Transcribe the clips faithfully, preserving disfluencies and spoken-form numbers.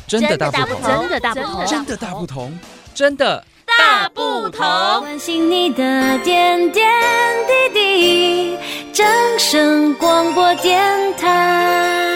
真的大不同， 真的大不同， 真的大不同，真的大不同。 关心你的点点滴滴，掌声广播电台。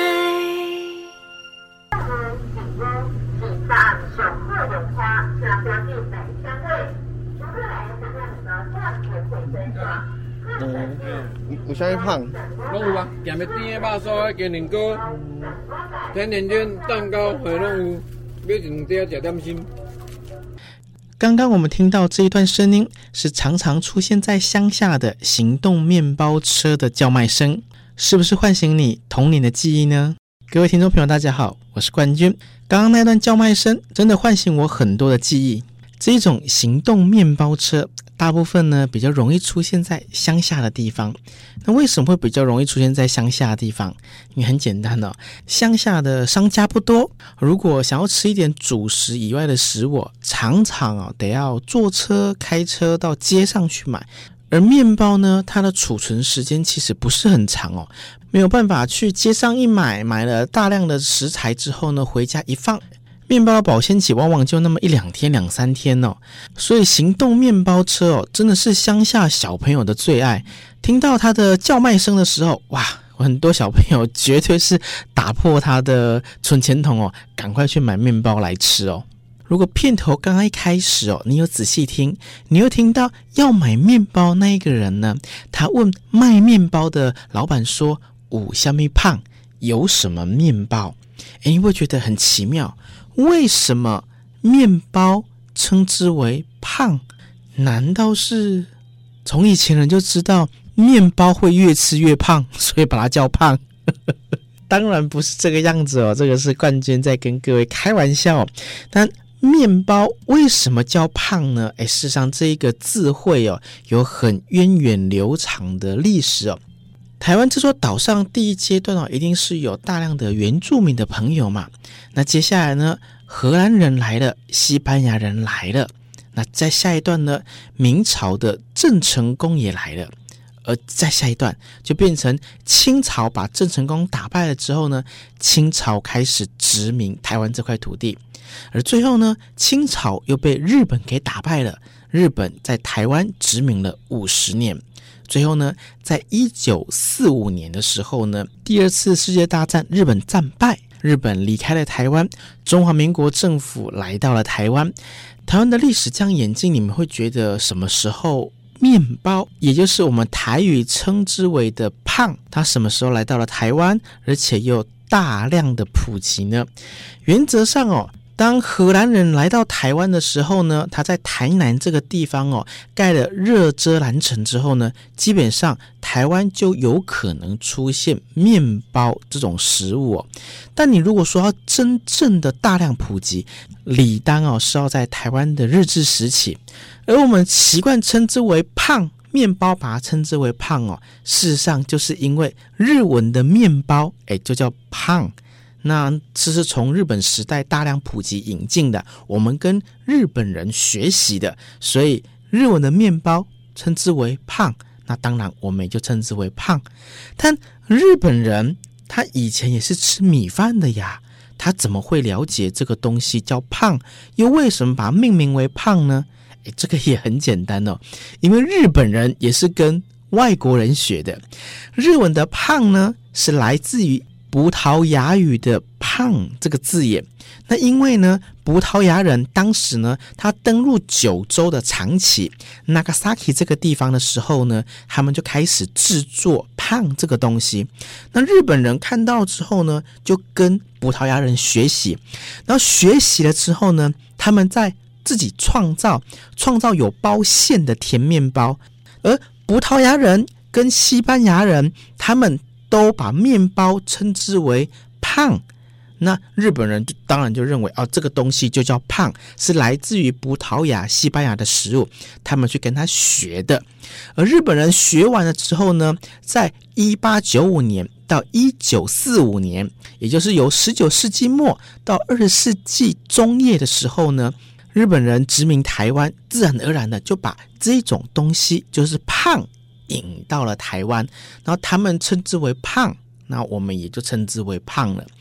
嗯，有啥胖？ 拢有啊，咸的甜的肉酥、鸡蛋糕、甜甜圈、蛋糕，嘿拢有。买一两碟吃点心。 刚刚我们听到这一段声音，是常常出现在乡下的行动面包车的叫卖声，是不是唤醒你童年的记忆呢？各位听众朋友大家好，我是冠军。刚刚那段叫卖声真的唤醒我很多的记忆。这种行动面包车大部分呢比较容易出现在乡下的地方。那为什么会比较容易出现在乡下的地方？因为很简单哦，乡下的商家不多，如果想要吃一点主食以外的食物，常常哦得要坐车开车到街上去买。而面包呢，它的储存时间其实不是很长哦，没有办法去街上一买，买了大量的食材之后呢，回家一放，面包的保鲜期往往就那么一两天两三天哦，所以行动面包车哦，真的是乡下小朋友的最爱。听到它的叫卖声的时候，哇，很多小朋友绝对是打破他的存钱筒哦，赶快去买面包来吃哦。如果片头刚刚一开始哦，你有仔细听，你又听到要买面包那一个人呢，他问卖面包的老板说：“有什么胖？有什么面包？”诶，你会觉得很奇妙。为什么面包称之为胖？难道是从以前人就知道面包会越吃越胖，所以把它叫胖？当然不是这个样子哦，这个是冠军在跟各位开玩笑。但面包为什么叫胖呢？诶，事实上这一个字汇哦，有很源远流长的历史哦。台湾这座岛上第一阶段哦，一定是有大量的原住民的朋友嘛。那接下来呢，荷兰人来了，西班牙人来了。那在下一段呢，明朝的郑成功也来了。而在下一段就变成清朝把郑成功打败了之后呢，清朝开始殖民台湾这块土地。而最后呢，清朝又被日本给打败了，日本在台湾殖民了五十年。最后呢，在一九四五年的时候呢，第二次世界大战日本战败，日本离开了台湾，中华民国政府来到了台湾。台湾的历史这样演进，你们会觉得什么时候面包，也就是我们台语称之为的胖，它什么时候来到了台湾，而且又大量的普及呢？原则上哦，当荷兰人来到台湾的时候呢，他在台南这个地方哦盖了热遮兰城之后呢，基本上台湾就有可能出现面包这种食物哦。但你如果说要真正的大量普及，理当哦是要在台湾的日治时期，而我们习惯称之为胖面包，把它称之为胖哦，事实上就是因为日文的面包诶就叫胖。那这是从日本时代大量普及引进的，我们跟日本人学习的，所以日文的面包称之为胖，那当然我们也就称之为胖。但日本人他以前也是吃米饭的呀，他怎么会了解这个东西叫胖，又为什么把它命名为胖呢？诶，这个也很简单哦，因为日本人也是跟外国人学的。日文的胖呢是来自于葡萄牙语的胖这个字眼。那因为呢，葡萄牙人当时呢，他登陆九州的长崎 Nagasaki 这个地方的时候呢，他们就开始制作胖这个东西。那日本人看到之后呢，就跟葡萄牙人学习，然后学习了之后呢，他们在自己创造创造有包馅的甜面包。而葡萄牙人跟西班牙人他们都把面包称之为胖，那日本人就当然就认为哦，这个东西就叫胖，是来自于葡萄牙、西班牙的食物，他们去跟他学的。而日本人学完了之后呢，在一八九五年到一九四五年，也就是由十九世纪末到二十世纪中叶的时候呢，日本人殖民台湾，自然而然的就把这种东西就是胖引到了台湾，然后他们称之为胖，那我们也就称之为胖了。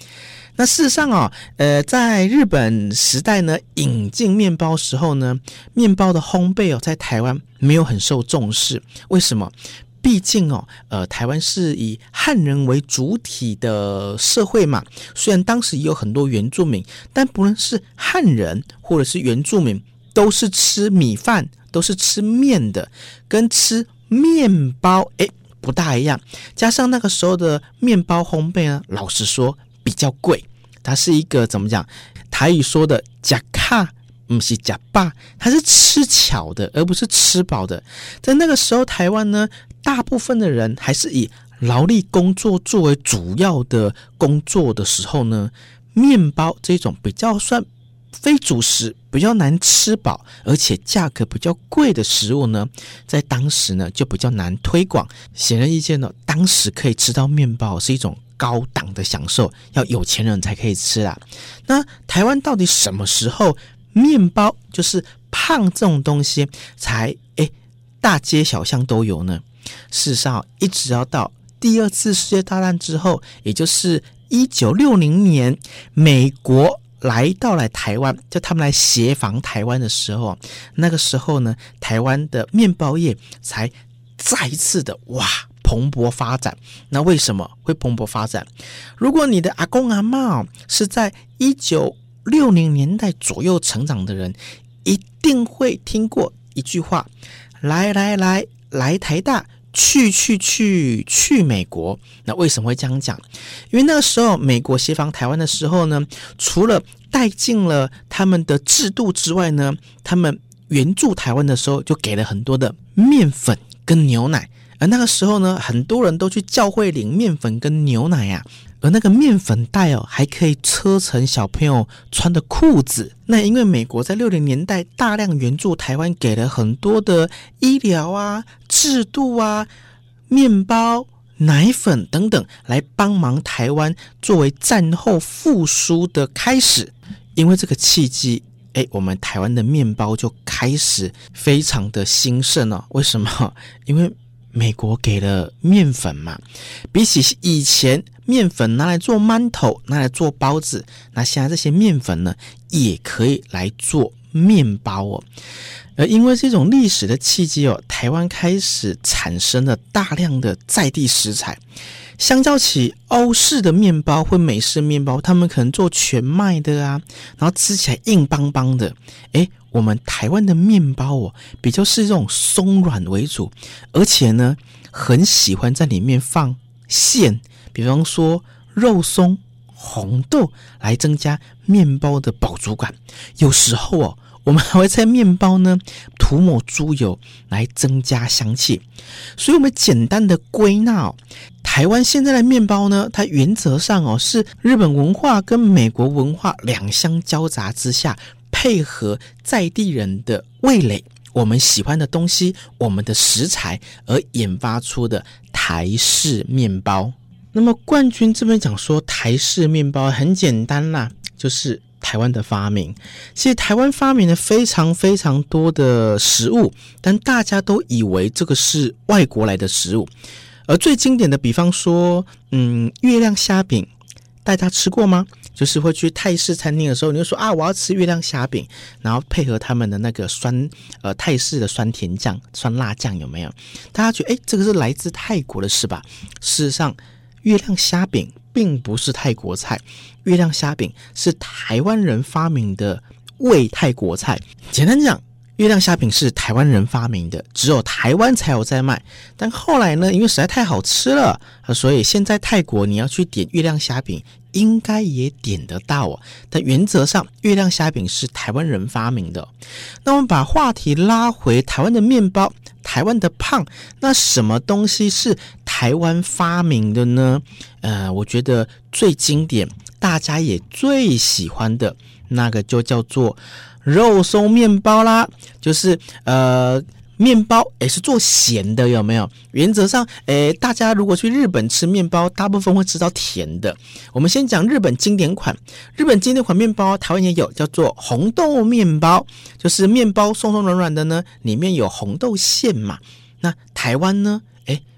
那事实上哦，呃，在日本时代呢，引进面包时候呢，面包的烘焙哦，在台湾没有很受重视。为什么？毕竟哦，呃，台湾是以汉人为主体的社会嘛，虽然当时也有很多原住民，但不论是汉人或者是原住民，都是吃米饭，都是吃面的，跟吃面包，诶，不大一样。加上那个时候的面包烘焙呢，老实说比较贵，它是一个怎么讲？台语说的吃卡，不是吃饱，它是吃巧的，而不是吃饱的。在那个时候，台湾呢，大部分的人还是以劳力工作作为主要的工作的时候呢，面包这种比较算非主食，比较难吃饱，而且价格比较贵的食物呢，在当时呢就比较难推广。显而易见呢，当时可以吃到面包是一种高档的享受，要有钱人才可以吃啦。那台湾到底什么时候面包就是胖这种东西才诶大街小巷都有呢？事实上，一直要到第二次世界大战之后，也就是一九六零年，美国来到了台湾，就他们来协防台湾的时候，那个时候呢，台湾的面包业才再一次的哇蓬勃发展。那为什么会蓬勃发展？如果你的阿公阿嬷是在一九六零年代左右成长的人，一定会听过一句话：来来来来台大，去去去去美国。那为什么会这样讲？因为那个时候美国协防台湾的时候呢，除了带进了他们的制度之外呢，他们援助台湾的时候就给了很多的面粉跟牛奶。而那个时候呢，很多人都去教会领面粉跟牛奶啊，而那个面粉袋哦，还可以车成小朋友穿的裤子。那因为美国在六零年代大量援助台湾，给了很多的医疗啊、制度啊、面包、奶粉等等，来帮忙台湾作为战后复苏的开始。因为这个契机，哎，我们台湾的面包就开始非常的兴盛哦。为什么？因为美国给了面粉嘛，比起以前面粉拿来做馒头，拿来做包子，那现在这些面粉呢，也可以来做面包哦。而因为这种历史的契机哦，台湾开始产生了大量的在地食材。相较起欧式的面包或美式面包，他们可能做全麦的啊，然后吃起来硬邦邦的。诶，我们台湾的面包哦，比较是这种松软为主，而且呢，很喜欢在里面放馅，比方说肉松、红豆，来增加面包的饱足感。有时候哦，我们还会在面包呢涂抹猪油来增加香气。所以我们简单的归纳哦，台湾现在的面包呢，它原则上哦是日本文化跟美国文化两相交杂之下，配合在地人的味蕾，我们喜欢的东西，我们的食材而研发出的台式面包。那么冠军这边讲说台式面包很简单啦，就是台湾的发明。其实台湾发明了非常非常多的食物，但大家都以为这个是外国来的食物。而最经典的比方说嗯，月亮虾饼，大家吃过吗？就是会去泰式餐厅的时候，你就说啊，我要吃月亮虾饼，然后配合他们的那个酸呃泰式的酸甜酱、酸辣酱，有没有？大家觉得哎，这个是来自泰国的是吧？事实上，月亮虾饼并不是泰国菜，月亮虾饼是台湾人发明的伪泰国菜。简单讲，月亮虾饼是台湾人发明的，只有台湾才有在卖。但后来呢，因为实在太好吃了，所以现在泰国你要去点月亮虾饼，应该也点得到哦。但原则上，月亮虾饼是台湾人发明的。那我们把话题拉回台湾的面包，台湾的胖，那什么东西是台湾发明的呢？呃，我觉得最经典，大家也最喜欢的那个就叫做肉松面包啦，就是呃面包也是做咸的，有没有？原则上，诶，大家如果去日本吃面包，大部分会吃到甜的。我们先讲日本经典款，日本经典款面包，台湾也有，叫做红豆面包，就是面包松松软软的呢，里面有红豆馅嘛。那台湾呢，诶，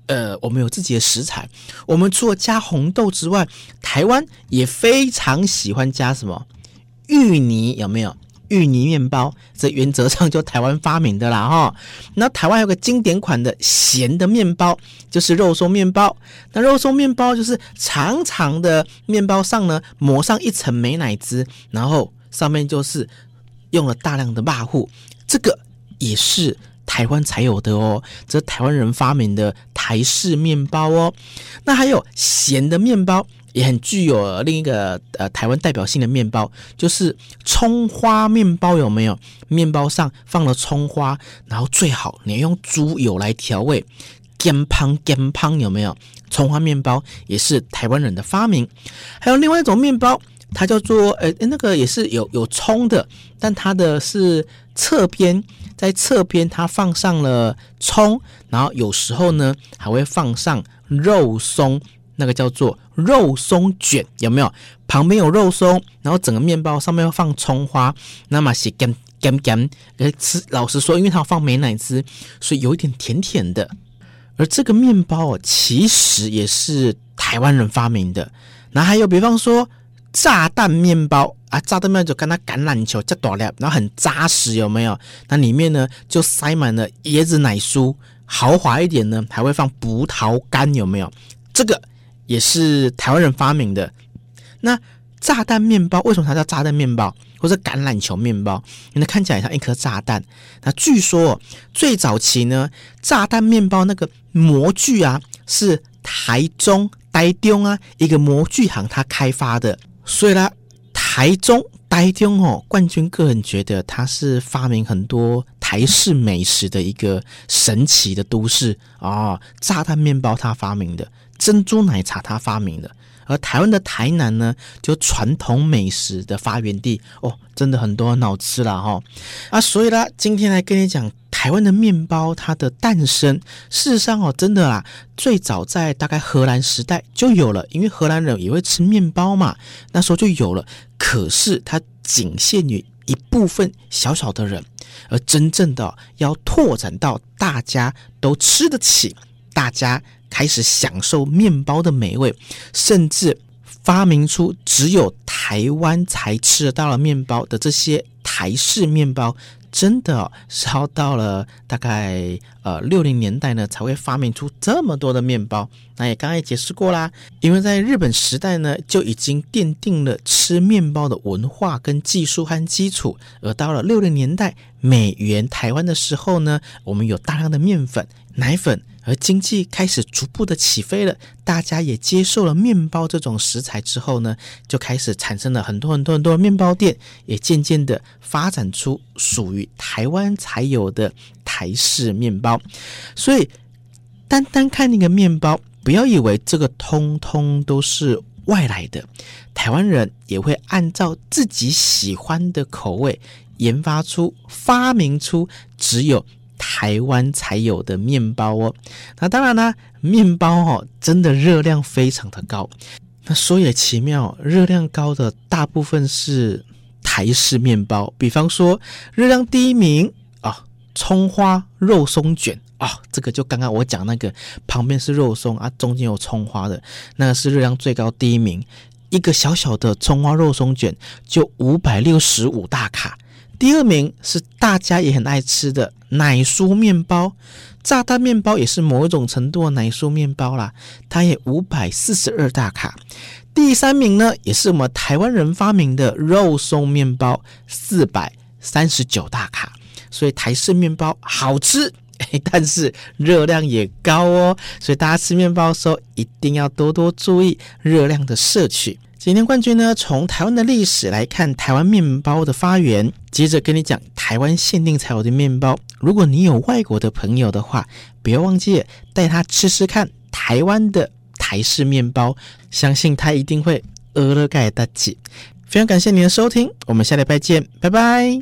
呃，我们有自己的食材，我们除了加红豆之外，台湾也非常喜欢加什么芋泥，有没有？芋泥面包，这原则上就台湾发明的啦哈。那台湾有个经典款的咸的面包，就是肉松面包。那肉松面包就是长长的面包上呢抹上一层美乃滋，然后上面就是用了大量的肉糊，这个也是台湾才有的哦，这是台湾人发明的台式面包哦。那还有咸的面包，也很具有另一个呃台湾代表性的面包，就是葱花面包，有没有？面包上放了葱花，然后最好你用猪油来调味，咸香咸香，有没有？葱花面包也是台湾人的发明。还有另外一种面包，它叫做呃那个也是有有葱的，但它的是侧边，在侧边它放上了葱，然后有时候呢还会放上肉松，那个叫做肉松卷，有没有？旁边有肉松，然后整个面包上面要放葱花，那么是咸咸咸，吃老实说，因为它放美乃滋，所以有一点甜甜的。而这个面包哦，其实也是台湾人发明的。然后还有比方说炸弹面包啊，炸弹面包就跟它橄榄球这大粒，然后很扎实，有没有？那里面呢就塞满了椰子奶酥，豪华一点呢还会放葡萄干，有没有？这个也是台湾人发明的。那炸弹面包为什么它叫炸弹面包或者橄榄球面包？因为它看起来像一颗炸弹。那据说最早期呢，炸弹面包那个模具啊是台中台中啊一个模具行它开发的，所以啦，台中台中哦，冠军个人觉得它是发明很多台式美食的一个神奇的都市哦。炸弹面包它发明的，珍珠奶茶它发明的，而台湾的台南呢，就传统美食的发源地哦，真的很多很好吃啦哈、哦、啊！所以啦，今天来跟你讲台湾的面包它的诞生。事实上哦，真的啦，最早在大概荷兰时代就有了，因为荷兰人也会吃面包嘛，那时候就有了。可是它仅限于一部分小小的人，而真正的、哦、要拓展到大家都吃得起，大家开始享受面包的美味，甚至发明出只有台湾才吃得到的面包的这些台式面包，真的、哦、是要到了大概呃六零年代呢才会发明出这么多的面包。那也刚刚也解释过啦，因为在日本时代呢就已经奠定了吃面包的文化跟技术和基础，而到了六零年代美援台湾的时候呢，我们有大量的面粉、奶粉，而经济开始逐步的起飞了，大家也接受了面包这种食材之后呢，就开始产生了很多很多很多的面包店，也渐渐的发展出属于台湾才有的台式面包。所以单单看那个面包，不要以为这个通通都是外来的，台湾人也会按照自己喜欢的口味研发出发明出只有台湾才有的面包哦。那当然啦，面包哦真的热量非常的高。那说也奇妙，热量高的大部分是台式面包，比方说热量第一名啊、哦，葱花肉松卷啊、哦，这个就刚刚我讲那个旁边是肉松啊，中间有葱花的，那个是热量最高第一名。一个小小的葱花肉松卷就五百六十五大卡。第二名是大家也很爱吃的奶酥面包，炸弹面包也是某一种程度的奶酥面包啦，它也五百四十二大卡。第三名呢，也是我们台湾人发明的肉松面包，四百三十九大卡。所以台式面包好吃，但是热量也高哦，所以大家吃面包的时候一定要多多注意热量的摄取。今天冠军呢，从台湾的历史来看台湾面包的发源，接着跟你讲台湾限定才有的面包。如果你有外国的朋友的话，不要忘记带他吃吃看台湾的台式面包，相信他一定会饿了盖大吉。非常感谢您的收听，我们下礼拜见，拜拜。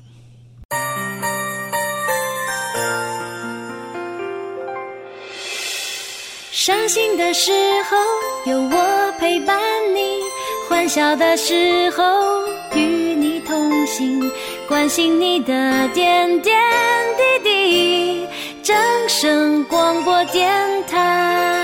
伤心的时候有我陪伴你，欢笑的时候与你同行，关心你的点点滴滴。 正声广播电台。